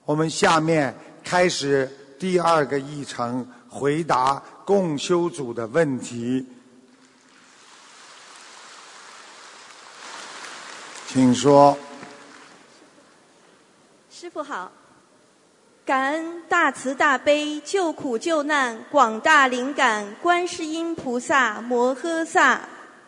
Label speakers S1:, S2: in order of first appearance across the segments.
S1: 我们下面开始第二个议程，回答共修组的问题。请说。
S2: 师父好，感恩大慈大悲救苦救难广大灵感观世音菩萨摩诃萨。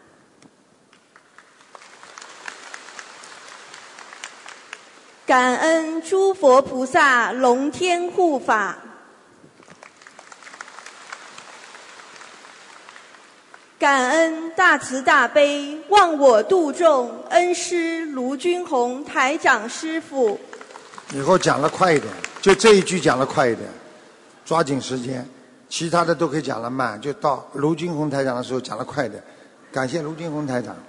S2: 感恩诸佛菩萨龙天护法。感恩大慈大悲忘我度众恩师卢军宏台长师父。
S1: 以后讲得快一点，就这一句讲得快一点，抓紧时间，其他的都可以讲得慢，就到卢军宏台长的时候讲得快一点。感谢卢军宏台长。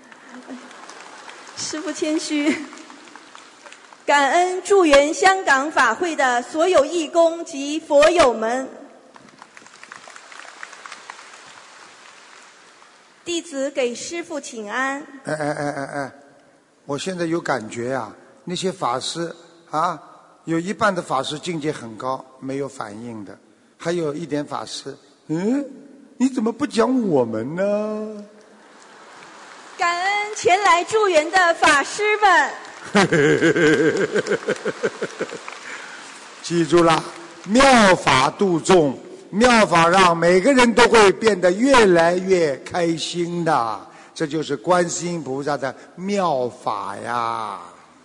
S2: 师父谦虚。感恩助缘香港法会的所有义工及佛友们。弟子给师父请安。
S1: 我现在有感觉啊，那些法师啊，有一半的法师境界很高，没有反应的，还有一点法师，你怎么不讲我们呢？
S2: 感恩前来助缘的法师们。
S1: 记住了，妙法度众，妙法让每个人都会变得越来越开心的，这就是观世音菩萨的妙法呀。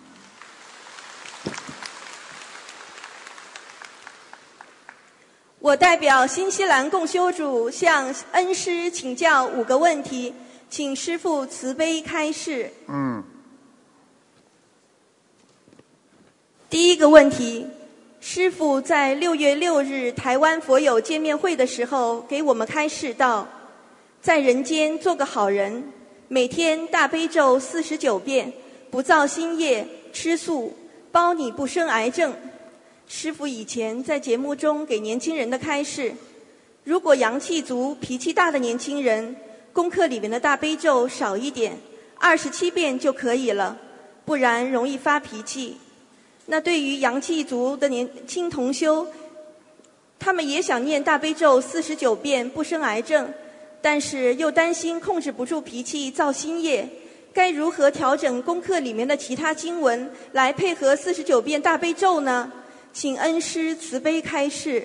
S2: 我代表新西兰共修组向恩师请教5个问题，请师父慈悲开示。第一个问题，师父在6月6日台湾佛友见面会的时候给我们开示道，在人间做个好人，每天大悲咒49遍，不造新业，吃素，包你不生癌症。师父以前在节目中给年轻人的开示，如果阳气足、脾气大的年轻人，功课里面的大悲咒少一点，27遍就可以了，不然容易发脾气。那对于阳气足的年轻同修，他们也想念大悲咒49遍不生癌症，但是又担心控制不住脾气造新业，该如何调整功课里面的其他经文来配合49遍大悲咒呢？请恩师慈悲开示。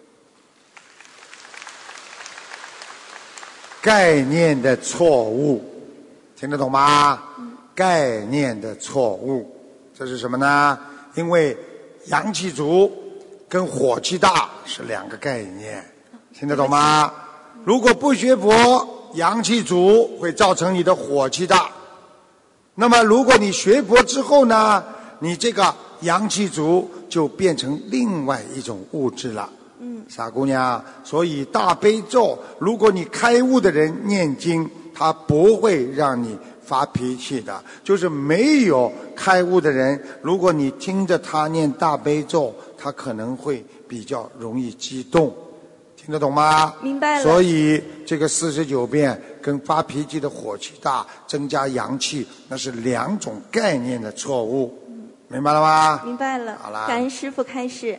S1: 概念的错误，听得懂吗？概念的错误，这是什么呢？因为阳气足跟火气大是2个概念，听得懂吗？如果不学佛，阳气足会造成你的火气大。那么如果你学佛之后呢，你这个阳气足就变成另外一种物质了。傻姑娘，所以大悲咒，如果你开悟的人念经，他不会让你发脾气的。就是没有开悟的人，如果你听着他念大悲咒，他可能会比较容易激动，听得懂吗？
S2: 明白了。
S1: 所以这个49遍跟发脾气的火气大、增加阳气，那是2种概念的错误，明白了吗？
S2: 明白了。
S1: 好啦，
S2: 感恩师父开示。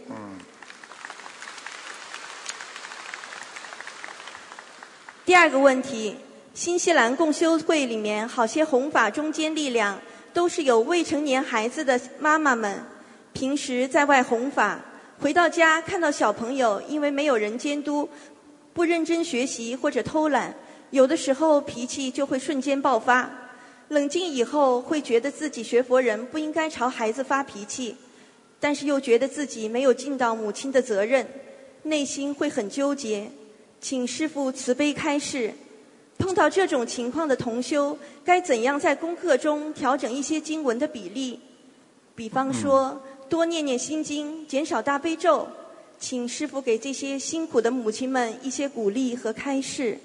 S2: 第2个问题，新西兰共修会里面好些弘法中坚力量都是有未成年孩子的妈妈们，平时在外弘法，回到家看到小朋友因为没有人监督，不认真学习或者偷懒，有的时候脾气就会瞬间爆发。冷静以后会觉得自己学佛人不应该朝孩子发脾气，但是又觉得自己没有尽到母亲的责任，内心会很纠结。请师父慈悲开示，碰到这种情况的同修该怎样在功课中调整一些经文的比例，比方说多念念心经，减少大悲咒。请师父给这些辛苦的母亲们一些鼓励和开示。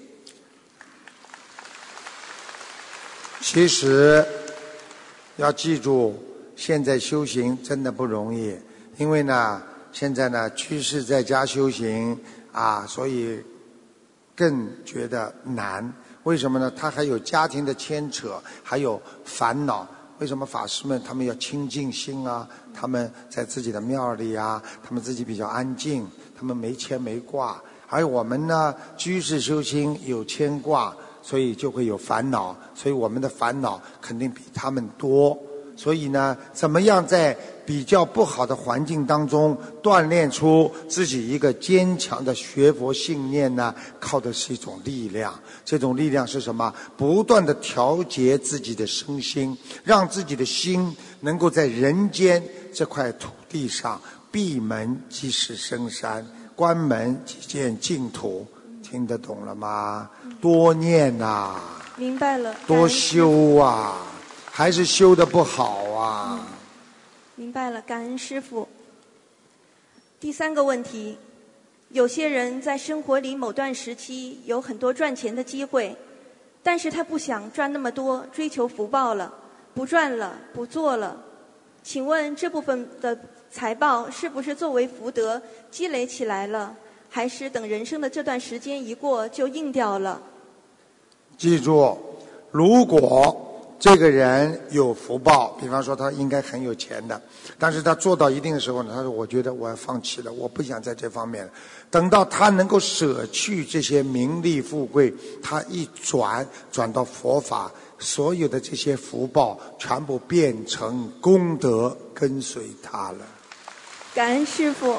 S1: 其实要记住，现在修行真的不容易，因为呢现在呢居士在家修行啊，所以更觉得难。为什么呢？他还有家庭的牵扯，还有烦恼。 为什么法师们他们要清净心啊？他们在自己的庙里啊，他们自己比较安静，他们没牵没挂。而我们呢，居士修心有牵挂，所以就会有烦恼，所以我们的烦恼肯定比他们多。所以呢，怎么样在比较不好的环境当中锻炼出自己一个坚强的学佛信念呢？靠的是一种力量。这种力量是什么？不断地调节自己的身心，让自己的心能够在人间这块土地上闭门即是深山，关门即见净土。听得懂了吗？多念啊，
S2: 明白了，
S1: 多修啊，还是修得不好啊。
S2: 明白了，感恩师父。第3个问题，有些人在生活里某段时期有很多赚钱的机会，但是他不想赚那么多，追求福报了，不赚了，不做了。请问这部分的财报是不是作为福德积累起来了，还是等人生的这段时间一过就应掉了？
S1: 记住，如果这个人有福报，比方说他应该很有钱的，但是他做到一定的时候呢，他说我觉得我要放弃了，我不想在这方面了。等到他能够舍去这些名利富贵，他一转到佛法，所有的这些福报全部变成功德跟随他了。
S2: 感恩师父。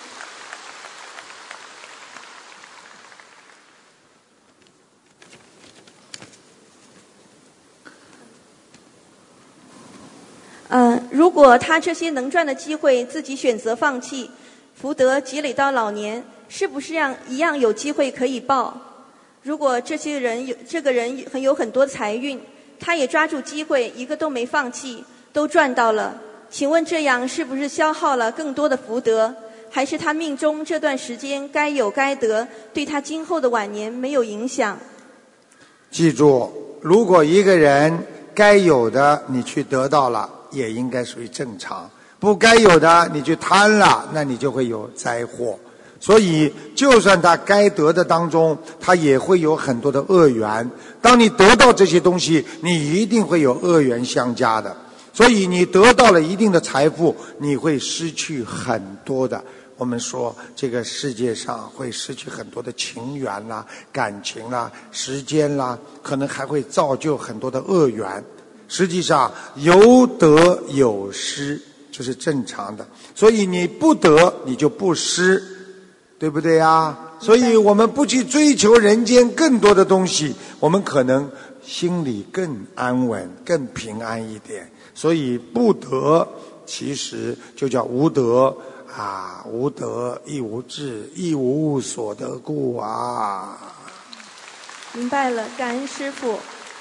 S2: 如果他这些能赚的机会自己选择放弃，福德积累到老年，是不是一样有机会可以报？如果这个人有很多财运，他也抓住机会，一个都没放弃，都赚到了，请问这样是不是消耗了更多的福德？还是他命中这段时间该有该得，对他今后的晚年没有影响？
S1: 记住，如果一个人该有的你去得到了，也应该属于正常，不该有的你去贪了，那你就会有灾祸。所以就算他该得的当中，他也会有很多的恶缘。当你得到这些东西，你一定会有恶缘相加的。所以你得到了一定的财富，你会失去很多的。我们说这个世界上会失去很多的情缘啦、感情啦、时间啦，可能还会造就很多的恶缘。实际上有得有失，这是正常的。所以你不得你就不失，对不对呀？所以我们不去追求人间更多的东西，我们可能心里更安稳更平安一点。所以不得其实就叫无德啊，无德亦无智，亦无物所得故啊。
S2: 明白了，感恩师父。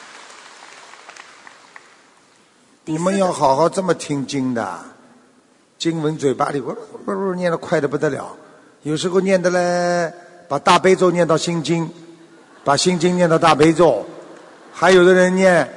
S1: 你们要好好这么听经的，经文嘴巴里念得快得不得了，有时候念的嘞，把大悲咒念到心经，把心经念到大悲咒，还有的人念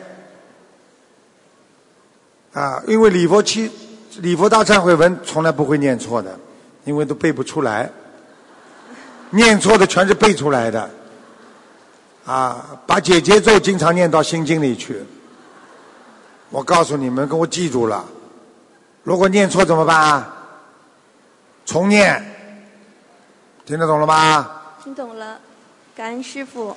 S1: 因为礼佛大忏悔文从来不会念错的，因为都背不出来，念错的全是背出来的把解结咒经常念到心经里去。我告诉你们，给我记住了，如果念错怎么办？重念。听得懂了吗？
S2: 听懂了，感恩师父。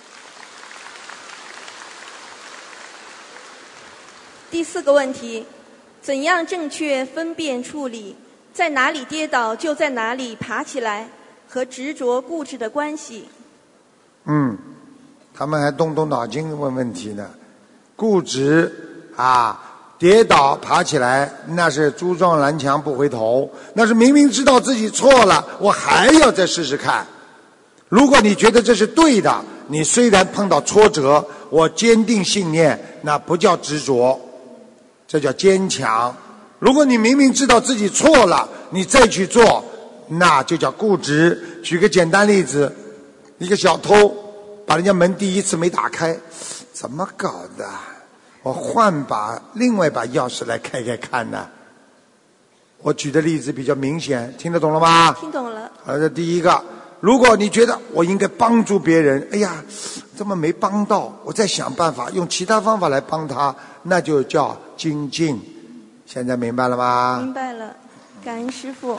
S2: 第4个问题，怎样正确分辨处理在哪里跌倒就在哪里爬起来和执着固执的关系？
S1: 他们还动脑筋问问题呢。固执跌倒爬起来，那是猪撞南墙不回头，那是明明知道自己错了，我还要再试试看。如果你觉得这是对的，你虽然碰到挫折，我坚定信念，那不叫执着，这叫坚强。如果你明明知道自己错了，你再去做，那就叫固执。举个简单例子，一个小偷把人家门第一次没打开，怎么搞的？我换另外一把钥匙来开看呢。我举的例子比较明显，听得懂了吗？
S2: 听懂了。
S1: 这第一个， 如果你觉得我应该帮助别人，哎呀，怎么没帮到？我再想办法，用其他方法来帮他，那就叫精进。现在明白了吗？
S2: 明白了，感恩师父。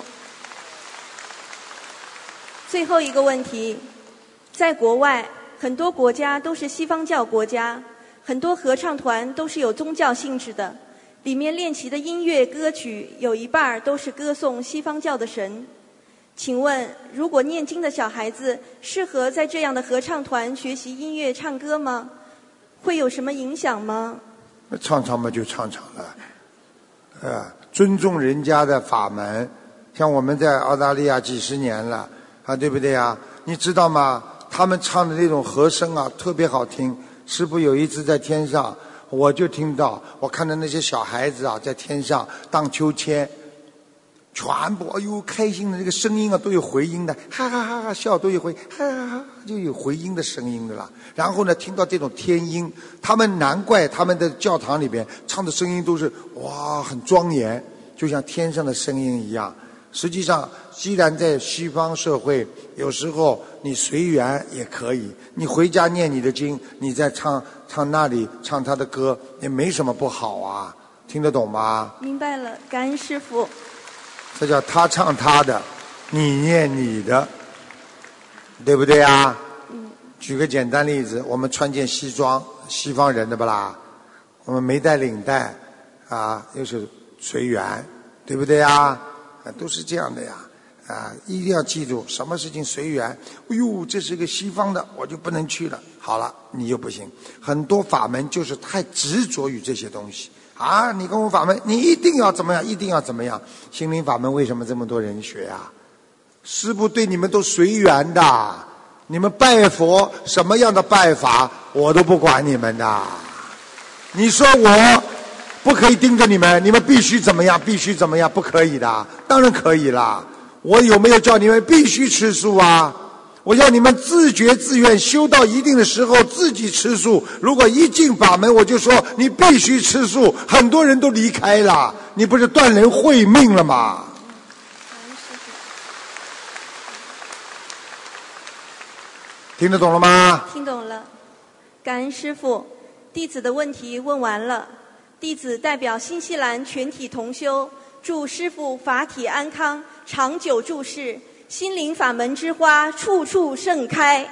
S2: 最后一个问题，在国外很多国家都是西方教国家，很多合唱团都是有宗教性质的，里面练习的音乐歌曲有一半都是歌颂西方教的神。请问，如果念经的小孩子适合在这样的合唱团学习音乐唱歌吗？会有什么影响吗？
S1: 唱唱嘛就唱唱了，尊重人家的法门。像我们在澳大利亚几十年了啊，对不对啊？你知道吗？他们唱的那种和声啊，特别好听。师父有一次在天上，我就听到，我看到那些小孩子啊，在天上荡秋千，全部哎呦开心的，这个声音啊都有回音的，哈哈哈哈笑都有回，哈哈哈就有回音的声音的了。然后呢，听到这种天音，他们难怪他们的教堂里边唱的声音都是哇很庄严，就像天上的声音一样。实际上，既然在西方社会，有时候你随缘也可以。你回家念你的经，你再唱那里唱他的歌，也没什么不好啊。听得懂吗？
S2: 明白了，感恩师父。
S1: 这叫他唱他的，你念你的，对不对啊？举个简单例子，我们穿件西装，西方人的不啦？我们没带领带啊，又是随缘，对不对啊？都是这样的呀，一定要记住，什么事情随缘。哎呦，这是个西方的，我就不能去了。好了，你就不行。很多法门就是太执着于这些东西啊！你跟我法门，你一定要怎么样，一定要怎么样。心灵法门为什么这么多人学啊？师父对你们都随缘的，你们拜佛什么样的拜法，我都不管你们的。你说我不可以盯着你们，你们必须怎么样，必须怎么样，不可以的。当然可以啦，我有没有叫你们必须吃素啊？我要你们自觉自愿，修到一定的时候自己吃素。如果一进法门我就说你必须吃素，很多人都离开了，你不是断人慧命了吗？听得懂了吗？
S2: 听懂了，感恩师父。弟子的问题问完了，弟子代表新西兰全体同修，祝师父法体安康，长久住世，心灵法门之花处处盛开。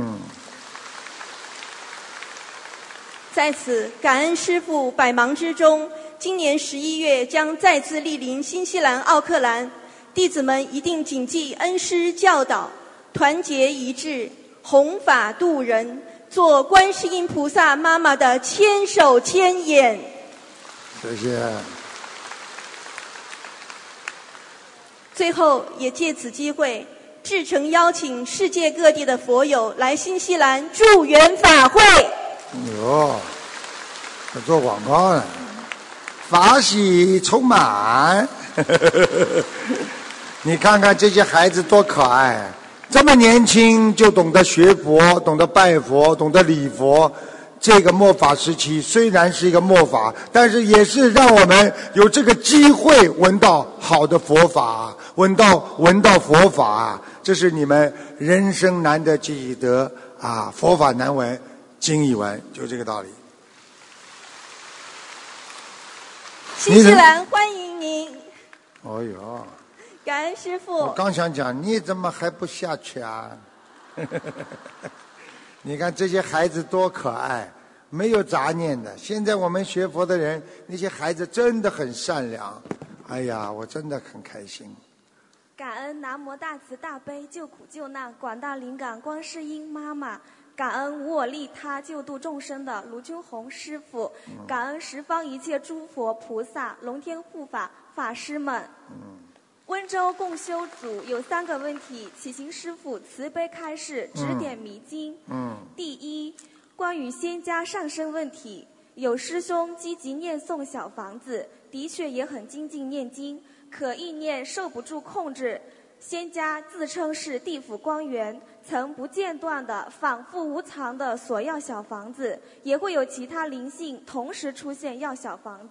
S2: 在此感恩师父百忙之中，今年11月将再次莅临新西兰奥克兰，弟子们一定谨记恩师教导，团结一致，弘法度人，做观世音菩萨妈妈的千手千眼。
S1: 谢谢。
S2: 最后也借此机会，至诚邀请世界各地的佛友来新西兰助缘法会。
S1: 哟，在做广告呢，法喜充满。你看看这些孩子多可爱，这么年轻就懂得学佛，懂得拜佛，懂得礼佛。这个末法时期虽然是一个末法，但是也是让我们有这个机会闻到好的佛法，闻到佛法，这是你们人生难得记得啊！佛法难闻，经已闻，就这个道理。
S2: 新西兰欢迎您。
S1: 哦哟，
S2: 感恩师父。
S1: 我刚想讲，你怎么还不下去啊？你看这些孩子多可爱，没有杂念的。现在我们学佛的人，那些孩子真的很善良。哎呀，我真的很开心。
S3: 感恩南无大慈大悲救苦救难广大灵感观世音妈妈，感恩无我利他救度众生的卢军宏师父，感恩十方一切诸佛菩萨、龙天护法法师们。温州共修组有3个问题，祈请师父慈悲开示，指点迷津。第一，关于仙家上升问题，有师兄积极念诵小房子，的确也很精进念经，可意念受不住控制。仙家自称是地府官员，曾不间断的反复无常的索要小房子，也会有其他灵性同时出现要小房子。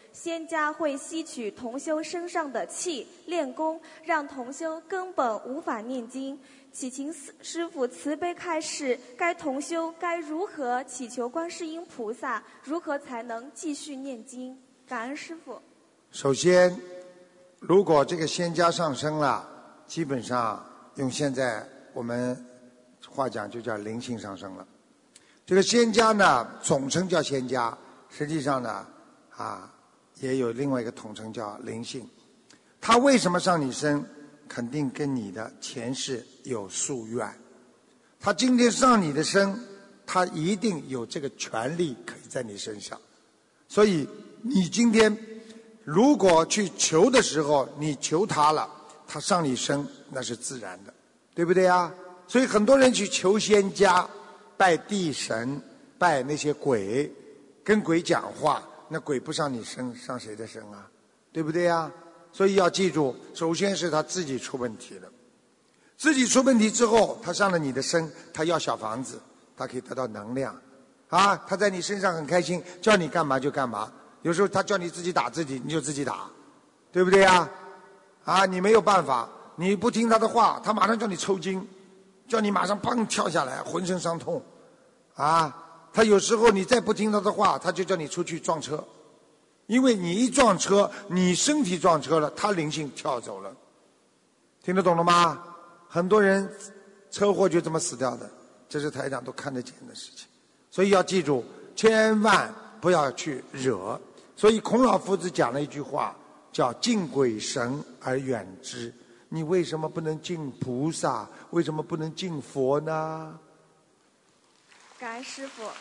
S3: 仙家会吸取同修身上的气练功，让同修根本无法念经。祈请师父慈悲开示，该同修该如何祈求观世音菩萨，如何才能继续念经？感恩师父。
S1: 首先，如果这个仙家上升了，基本上用现在我们话讲就叫灵性上升了。这个仙家呢，总称叫仙家，实际上呢，也有另外一个统称叫灵性。它为什么上你身？肯定跟你的前世有夙愿。他今天上你的身，他一定有这个权利可以在你身上。所以你今天如果去求的时候，你求他了，他上你身，那是自然的，对不对啊？所以很多人去求仙家，拜地神，拜那些鬼，跟鬼讲话，那鬼不上你身，上谁的身啊？对不对啊？所以要记住，首先是他自己出问题了，自己出问题之后，他上了你的身，他要小房子，他可以得到能量他在你身上很开心，叫你干嘛就干嘛。有时候他叫你自己打自己，你就自己打，对不对啊？你没有办法，你不听他的话，他马上叫你抽筋，叫你马上砰跳下来，浑身伤痛他有时候你再不听他的话，他就叫你出去撞车。因为你一撞车，你身体撞车了，他灵性跳走了，听得懂了吗？很多人车祸就这么死掉的，这是台长都看得见的事情。所以要记住，千万不要去惹。所以孔老夫子讲了一句话，叫敬鬼神而远之。你为什么不能敬菩萨？为什么不能敬佛呢？
S3: 感恩师父。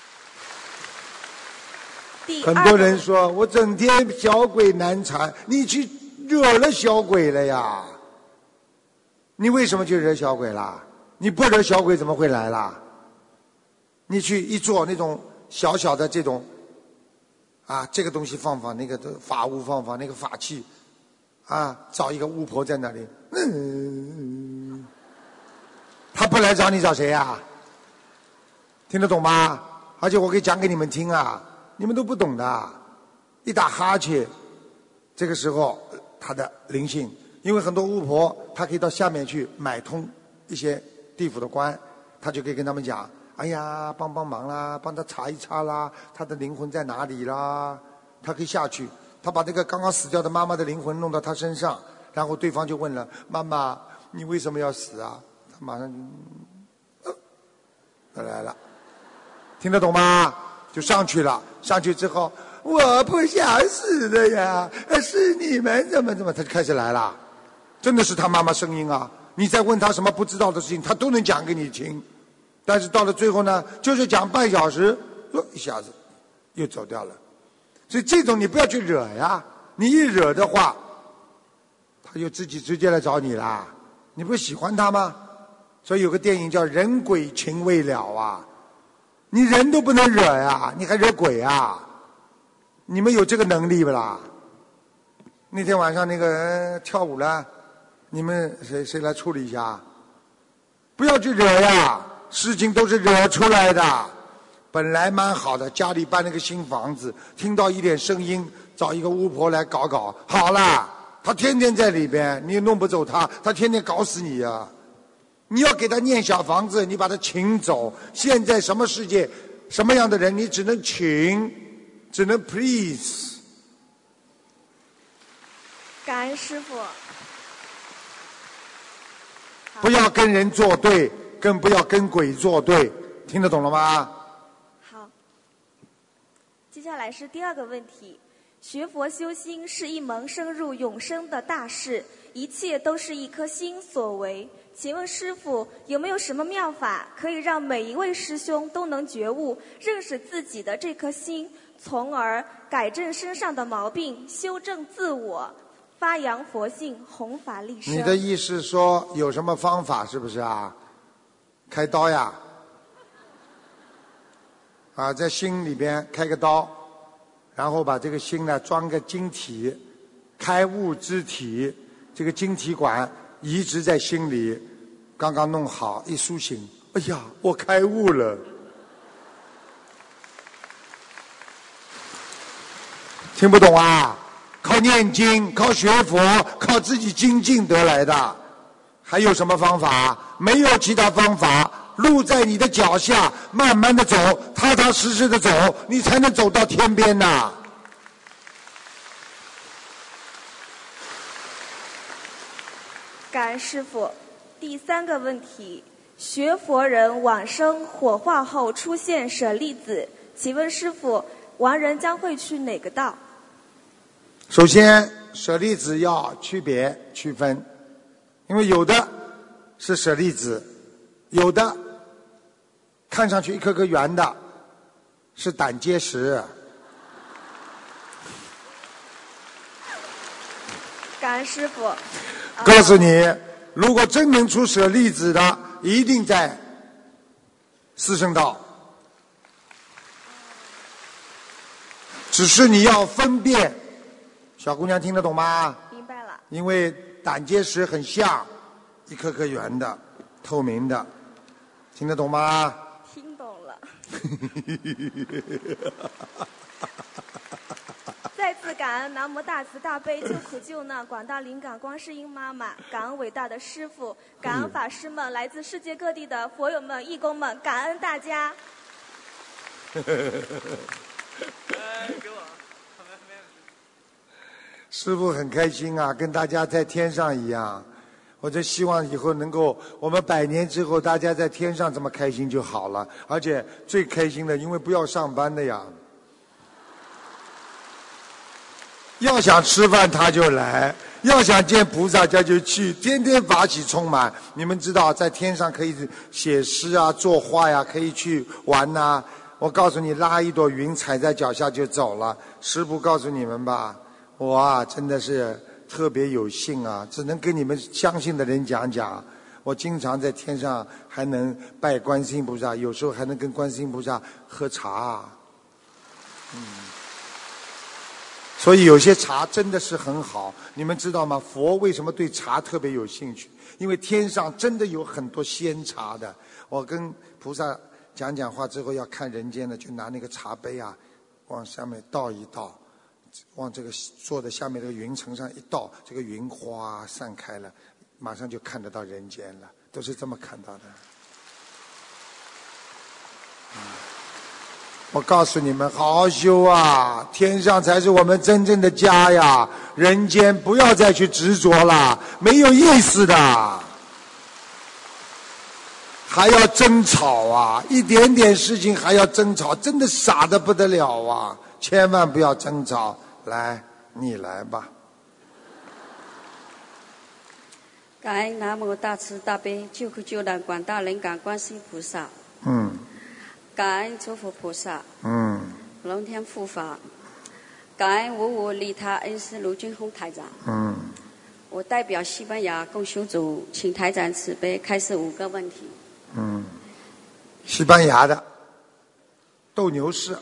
S1: 很多人说我整天小鬼难缠，你去惹了小鬼了呀？你为什么去惹小鬼啦？你不惹小鬼怎么会来啦？你去一做那种小小的这种这个东西放放，那个法物放放，那个法器找一个巫婆在那里，他不来找你找谁呀？听得懂吗？而且我可以讲给你们听你们都不懂的，一打哈欠，这个时候他的灵性，因为很多巫婆她可以到下面去买通一些地府的官，她就可以跟他们讲，哎呀，帮帮忙啦，帮他查一查啦，他的灵魂在哪里啦？他可以下去，他把这个刚刚死掉的妈妈的灵魂弄到他身上，然后对方就问了，妈妈，你为什么要死啊？他马上就来了，听得懂吗？就上去了，上去之后，我不想死的呀，是你们怎么，他就开始来了，真的是他妈妈声音你再问他什么不知道的事情，他都能讲给你听。但是到了最后呢，就是讲半小时，一下子又走掉了。所以这种你不要去惹呀，你一惹的话，他就自己直接来找你啦。你不是喜欢他吗？所以有个电影叫《人鬼情未了》你人都不能惹呀，你还惹鬼你们有这个能力不啦？那天晚上那个人跳舞了，你们谁来处理一下？不要去惹呀，事情都是惹出来的。本来蛮好的，家里搬了个新房子，听到一点声音，找一个巫婆来搞搞，好了，他天天在里边，你也弄不走他，他天天搞死你呀。你要给他念小房子，你把他请走。现在什么世界，什么样的人，你只能请，只能 please。
S3: 感恩师父。
S1: 不要跟人作对，更不要跟鬼作对，听得懂了吗？
S3: 好，接下来是第二个问题。学佛修心是一门深入永生的大事，一切都是一颗心所为。请问师父，有没有什么妙法可以让每一位师兄都能觉悟，认识自己的这颗心，从而改正身上的毛病，修正自我，发扬佛性，弘法利生？
S1: 你的意思说有什么方法是不是开刀呀？在心里边开个刀，然后把这个心呢装个晶体，开悟之体，这个晶体管移植在心里，刚刚弄好，一苏醒，哎呀，我开悟了。 听不懂啊？靠念经，靠学佛，靠自己精进得来的。还有什么方法？没有其他方法。路在你的脚下，慢慢的走，踏踏实实的走，你才能走到天边呐。
S3: 感恩师父。第3个问题，学佛人往生火化后出现舍利子，请问师父，亡人将会去哪个道？
S1: 首先，舍利子要区别区分，因为有的是舍利子，有的看上去一颗颗圆的是胆结石。
S3: 感恩师父。
S1: 告诉你，如果真能出舍利子的，一定在四圣道。只是你要分辨，小姑娘听得懂吗？
S3: 明白了。
S1: 因为胆结石很像，一颗颗圆的，透明的，听得懂吗？
S3: 听懂了。再次感恩南无大慈大悲救苦救难广大灵感观世音妈妈，感恩伟大的师父，感恩法师们，来自世界各地的佛友们、义工们，感恩大家。
S1: 师父很开心啊，跟大家在天上一样。我就希望以后能够，我们100年之后，大家在天上这么开心就好了。而且最开心的，因为不要上班的呀。要想吃饭他就来，要想见菩萨他就去，天天法喜充满。你们知道，在天上可以写诗啊、作画呀、可以去玩呐。我告诉你，拉一朵云踩在脚下就走了。师父告诉你们吧，我啊真的是特别有幸啊，只能跟你们相信的人讲讲。我经常在天上还能拜观世音菩萨，有时候还能跟观世音菩萨喝茶。所以有些茶真的是很好，你们知道吗？佛为什么对茶特别有兴趣？因为天上真的有很多仙茶的。我跟菩萨讲话之后，要看人间的，就拿那个茶杯啊，往下面倒一倒，往这个坐的下面这个云层上一倒，这个云花散开了，马上就看得到人间了，都是这么看到的。我告诉你们，好好修啊！天上才是我们真正的家呀！人间不要再去执着了，没有意思的。还要争吵啊！一点点事情还要争吵，真的傻得不得了啊！千万不要争吵。来，你来吧。
S4: 感恩南无大慈大悲救苦救难广大灵感观世音菩萨。感恩诸佛菩萨，龙天护法，感恩无我利他恩师卢军宏台长。我代表西班牙共修组，请台长慈悲开示5个问题。
S1: 西班牙的斗牛士。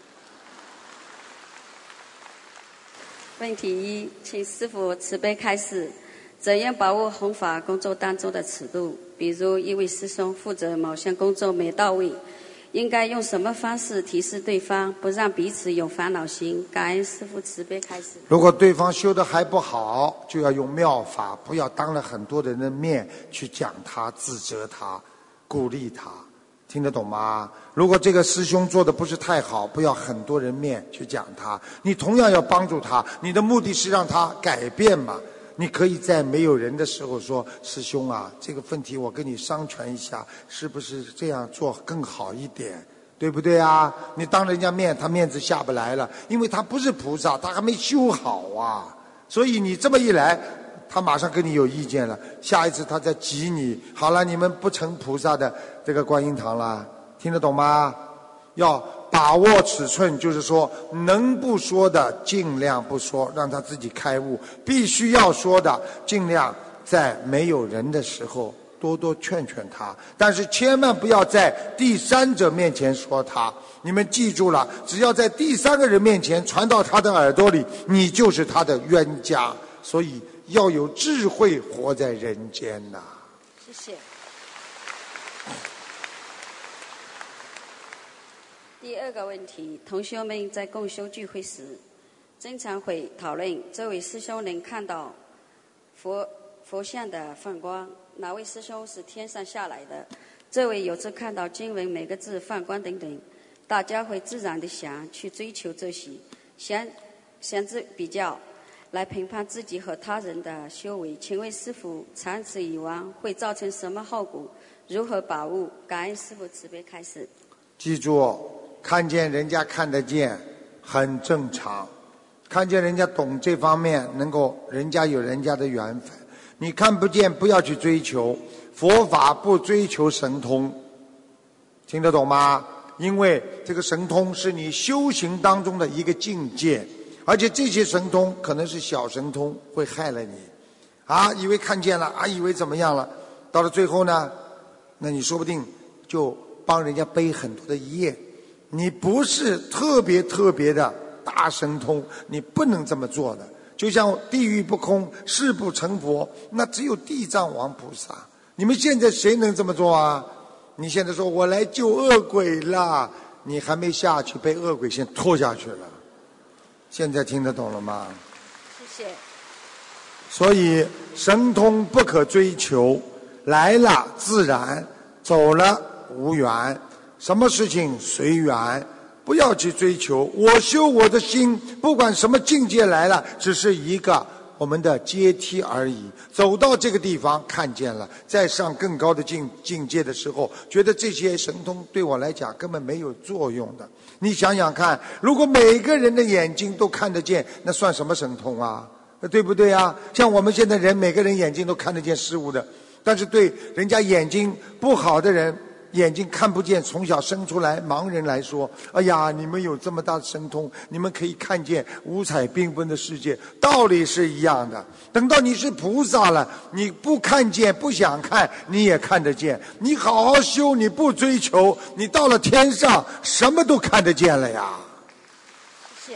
S4: 问题1，请师父慈悲开示，怎样把握弘法工作当中的尺度？比如一位师兄负责某项工作没到位，应该用什么方式提示对方，不让彼此有烦恼心？感恩师父慈悲开示。
S1: 如果对方修得还不好，就要用妙法，不要当了很多人的面去讲他、指责他、鼓励他，听得懂吗？如果这个师兄做的不是太好，不要很多人面去讲他，你同样要帮助他，你的目的是让他改变嘛。你可以在没有人的时候说，师兄啊，这个问题我跟你商权一下，是不是这样做更好一点，对不对啊？你当人家面，他面子下不来了，因为他不是菩萨，他还没修好啊。所以你这么一来，他马上跟你有意见了，下一次他再挤你，好了，你们不成菩萨的这个观音堂了，听得懂吗？要把握尺寸，就是说能不说的尽量不说，让他自己开悟，必须要说的尽量在没有人的时候多多劝劝他，但是千万不要在第三者面前说他。你们记住了，只要在第三个人面前传到他的耳朵里，你就是他的冤家。所以要有智慧活在人间呐。
S4: 谢谢。第2个问题，同学们在共修聚会时， 经常会讨论这位师兄能看到佛像的放光，哪位师兄是天上下来的？这位有次看到经文每个字放光等等，大家会自然的想去追求这些，想着比较，来评判自己和他人的修为。请问师父，长此以往会造成什么后果？如何把握？感恩师父慈悲开示。
S1: 记住，看见人家看得见很正常，看见人家懂这方面，能够人家有人家的缘分。你看不见不要去追求，佛法不追求神通，听得懂吗？因为这个神通是你修行当中的一个境界，而且这些神通可能是小神通，会害了你以为看见了以为怎么样了，到了最后呢，那你说不定就帮人家背很多的业。你不是特别的大神通，你不能这么做的。就像地狱不空，誓不成佛，那只有地藏王菩萨。你们现在谁能这么做啊？你现在说我来救恶鬼了，你还没下去，被恶鬼先拖下去了。现在听得懂了吗？
S4: 谢谢。
S1: 所以神通不可追求，来了自然，走了无缘，什么事情随缘，不要去追求。我修我的心，不管什么境界来了，只是一个我们的阶梯而已。走到这个地方看见了，再上更高的境界的时候，觉得这些神通对我来讲根本没有作用的。你想想看，如果每个人的眼睛都看得见，那算什么神通啊？对不对啊？像我们现在人，每个人眼睛都看得见事物的，但是对人家眼睛不好的人，眼睛看不见，从小生出来盲人来说，哎呀，你们有这么大的神通，你们可以看见五彩缤纷的世界，道理是一样的。等到你是菩萨了，你不看见不想看，你也看得见。你好好修，你不追求，你到了天上什么都看得见了呀。
S4: 谢谢。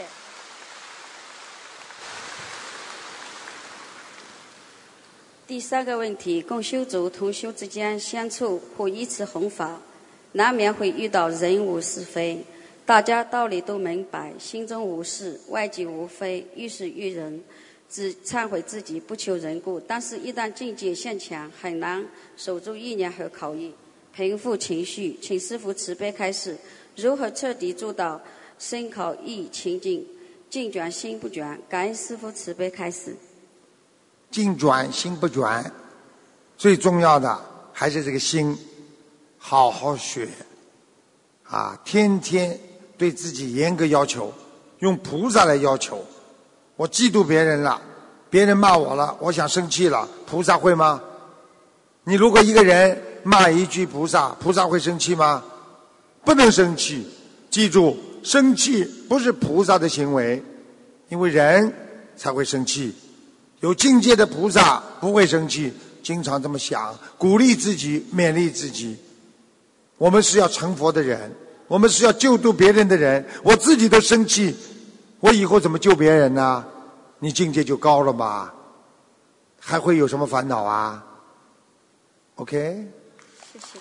S4: 第三个问题，共修族同修之间相处或依此弘法，难免会遇到人无是非，大家道理都明白，心中无事，外界无非，遇事遇人，只忏悔自己，不求人故。但是一旦境界向强，很难守住意念和口业，平复情绪。请师父慈悲开示，如何彻底做到身口意清净，境转心不转？感恩师父慈悲开示。
S1: 境转心不转，最重要的还是这个心，好好学天天对自己严格要求，用菩萨来要求。我嫉妒别人了，别人骂我了，我想生气了，菩萨会吗？你如果一个人骂一句菩萨，菩萨会生气吗？不能生气。记住，生气不是菩萨的行为，因为人才会生气。有境界的菩萨不会生气，经常这么想，鼓励自己，勉励自己。我们是要成佛的人，我们是要救度别人的人，我自己都生气，我以后怎么救别人呢？你境界就高了嘛，还会有什么烦恼啊？ OK？
S4: 谢谢。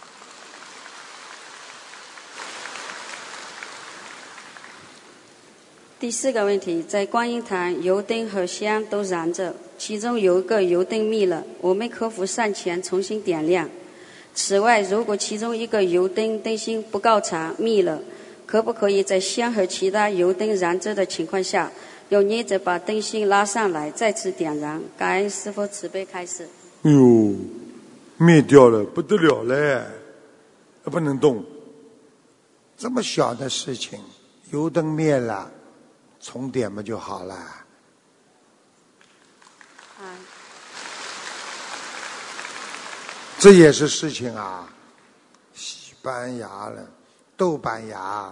S4: 第四个问题，在观音堂油灯和香都燃着，其中有一个油灯灭了，我们可否上前重新点亮？此外，如果其中一个油灯灯芯不够长灭了，可不可以在香和其他油灯燃着的情况下，用镊子把灯芯拉上来再次点燃？感恩师父慈悲开示。
S1: 哎呦，灭掉了，不得了嘞，不能动。这么小的事情，油灯灭了，重点嘛就好了。这也是事情啊，西班牙了，豆瓣牙。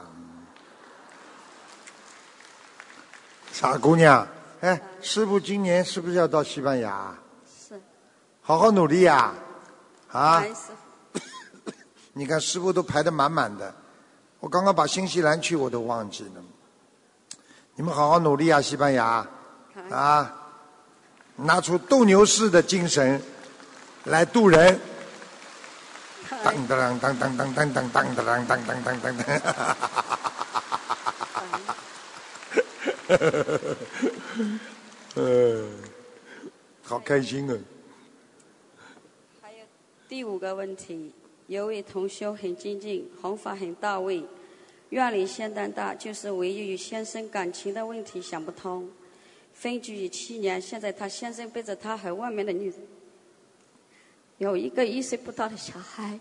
S1: 傻姑娘，哎，师父今年是不是要到西班牙？
S4: 是。
S1: 好好努力呀！啊！
S4: 感恩师父。
S1: 你看师父都排得满满的，我刚刚把新西兰去我都忘记了。你们好好努力啊，西班牙！啊，拿出斗牛士的精神来渡人。当当当当当当当当当当当当当当。 好开心啊！
S4: 还有第5个问题，有位同修很精进，弘法很到位，愿力相当大，就是唯一与先生感情的问题想不通。分居已7年，现在他先生背着他和外面的女人，有一个1岁不到的小孩。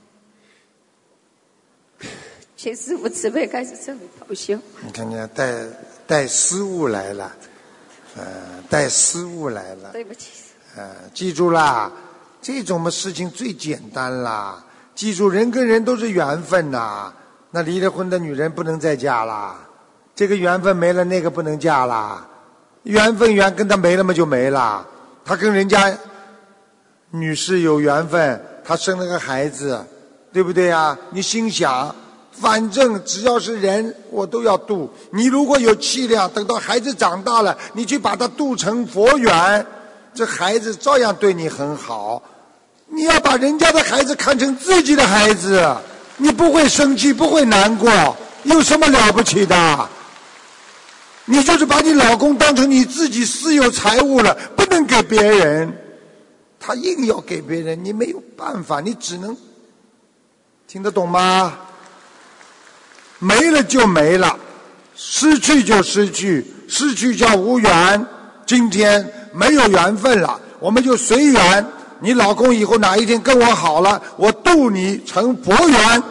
S4: 请师父慈悲开始这位同修。
S1: 你看见带失误来了，带失误来了。
S4: 对不起。
S1: 记住啦，这种事情最简单啦。记住，人跟人都是缘分呐。那离了婚的女人不能再嫁啦，这个缘分没了，那个不能嫁啦。缘分跟他没了嘛就没了。他跟人家女士有缘分，他生了个孩子，对不对啊？你心想，反正只要是人我都要度。你如果有气量，等到孩子长大了，你去把他度成佛缘，这孩子照样对你很好。你要把人家的孩子看成自己的孩子，你不会生气，不会难过，有什么了不起的？你就是把你老公当成你自己私有财物了，不能给别人。他硬要给别人，你没有办法，你只能听得懂吗？没了就没了，失去就失去，失去叫无缘。今天没有缘分了，我们就随缘。你老公以后哪一天跟我好了，我度你成佛缘。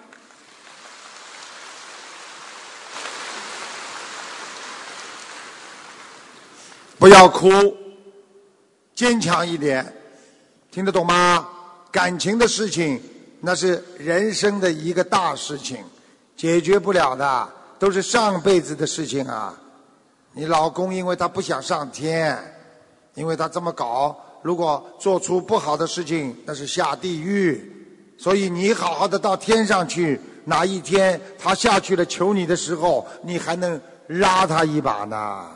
S1: 不要哭，坚强一点，听得懂吗？感情的事情那是人生的一个大事情，解决不了的，都是上辈子的事情啊。你老公因为他不想上天，因为他这么搞，如果做出不好的事情，那是下地狱。所以你好好的到天上去，哪一天他下去了求你的时候，你还能拉他一把呢。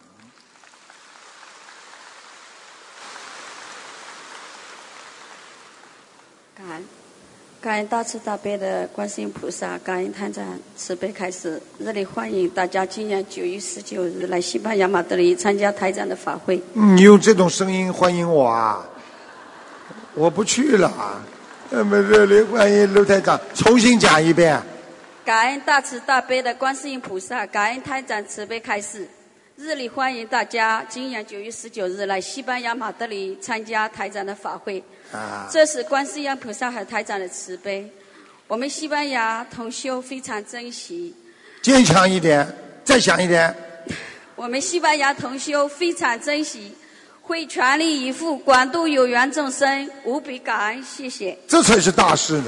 S4: 感恩大慈大悲的观世音菩萨，感恩坛长慈悲开示，热烈欢迎大家今年9月19日来西班牙马德里参加台长的法会。
S1: 你用这种声音欢迎我啊？我不去了啊！那么热烈欢迎卢台长，重新讲一遍。
S4: 感恩大慈大悲的观世音菩萨，感恩台长慈悲开示，热烈欢迎大家今年9月19日来西班牙马德里参加台长的法会。这是观世音菩萨和台长的慈悲，我们西班牙同修非常珍惜。
S1: 坚强一点，再响一点。
S4: 我们西班牙同修非常珍惜，会全力以赴广度有缘众生，无比感恩，谢谢。
S1: 这才是大事呢。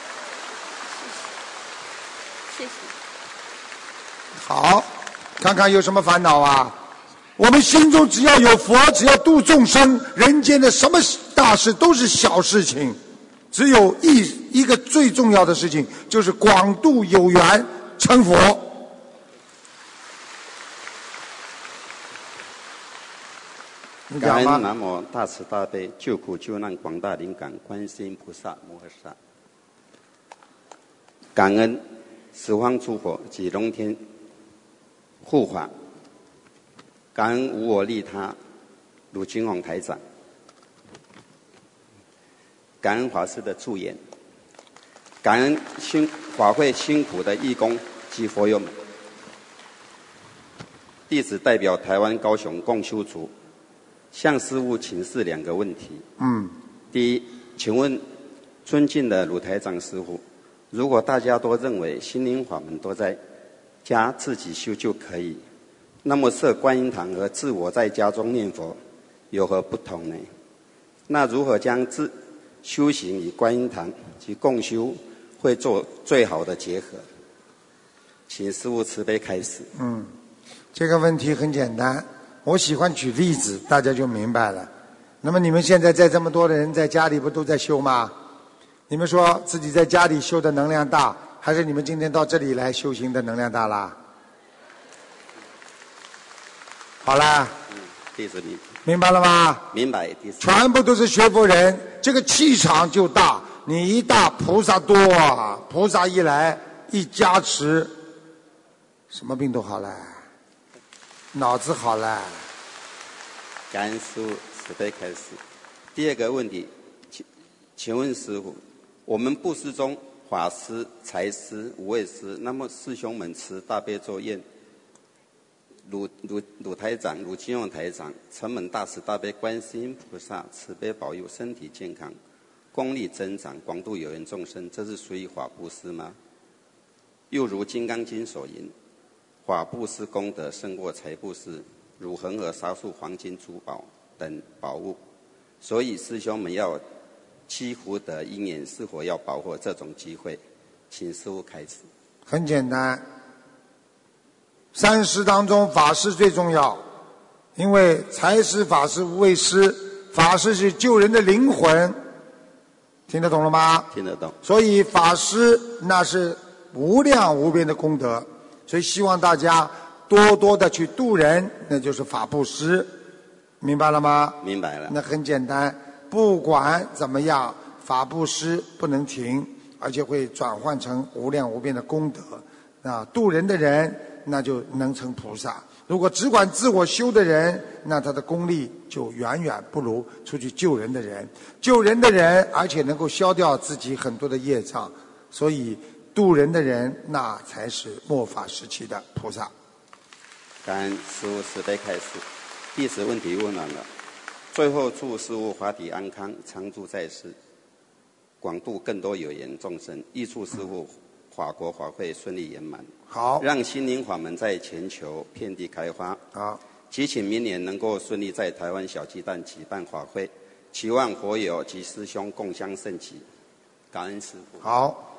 S4: 谢谢。
S1: 好，看看有什么烦恼啊？我们心中只要有佛，只要度众生，人间的什么大事都是小事情，只有一个最重要的事情，就是广度有缘成佛。
S5: 感恩南无大慈大悲救苦救难广大灵感观世音菩萨摩诃萨，感恩十方诸佛及龙天护法，感恩无我利他卢金宏台长，感恩法师的助言，感恩法会辛苦的义工及佛友们。弟子代表台湾高雄共修组向师父请示2个问题。第一，请问尊敬的鲁台长师父，如果大家都认为心灵法门都在家自己修就可以，那么设观音堂和自我在家中念佛有何不同呢？那如何将修行与观音堂及共修会做最好的结合？请师父慈悲开始。
S1: 这个问题很简单，我喜欢举例子，大家就明白了。那么你们现在在这么多的人在家里不都在修吗？你们说自己在家里修的能量大，还是你们今天到这里来修行的能量大啦？好啦，
S5: 弟子
S1: 明白了吗？
S5: 明白，弟子。
S1: 全部都是学佛人，这个气场就大。你一大，菩萨多啊！菩萨一来，一加持，什么病都好了。 脑子好了。
S5: 感恩师父慈悲开示。第二个问题，请问师父，我们布施中法师、财师、无畏师，那么师兄们持大悲咒愿鲁台长、鲁金用台长、承蒙大慈大悲观世音菩萨慈悲保佑身体健康、功力增长、广度有缘众生，这是属于法布施吗？又如《金刚经》所云，法布施功德胜过财布施，如恒河沙数黄金珠宝等宝物。所以师兄们要积福德因缘，是否要把握这种机会？请师父开始。
S1: 很简单，三师当中法师最重要，因为财师、法师、无畏师，法师是救人的灵魂，听得懂了吗？
S5: 听得懂。
S1: 所以法师那是无量无边的功德，所以希望大家多多的去度人，那就是法布施，明白了吗？
S5: 明白了。
S1: 那很简单，不管怎么样，法布施不能停，而且会转换成无量无边的功德。啊，度人的人那就能成菩萨。如果只管自我修的人，那他的功力就远远不如出去救人的人。救人的人，而且能够消掉自己很多的业障，所以度人的人，那才是末法时期的菩萨。
S5: 感恩师父慈悲开示。第10问题问完了，最后祝师父法体安康，常住在世，广度更多有缘众生，亦祝师父法国法会顺利圆满。
S1: 好，
S5: 让心灵法门在全球遍地开花。
S1: 好，
S5: 祈请明年能够顺利在台湾小鸡蛋举办法会，期望佛友及师兄共襄盛举。感恩师父。
S1: 好。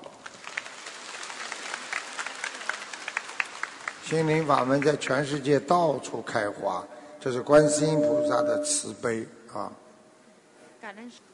S1: 心灵法门在全世界到处开花，这是观世音菩萨的慈悲啊。
S6: 感恩师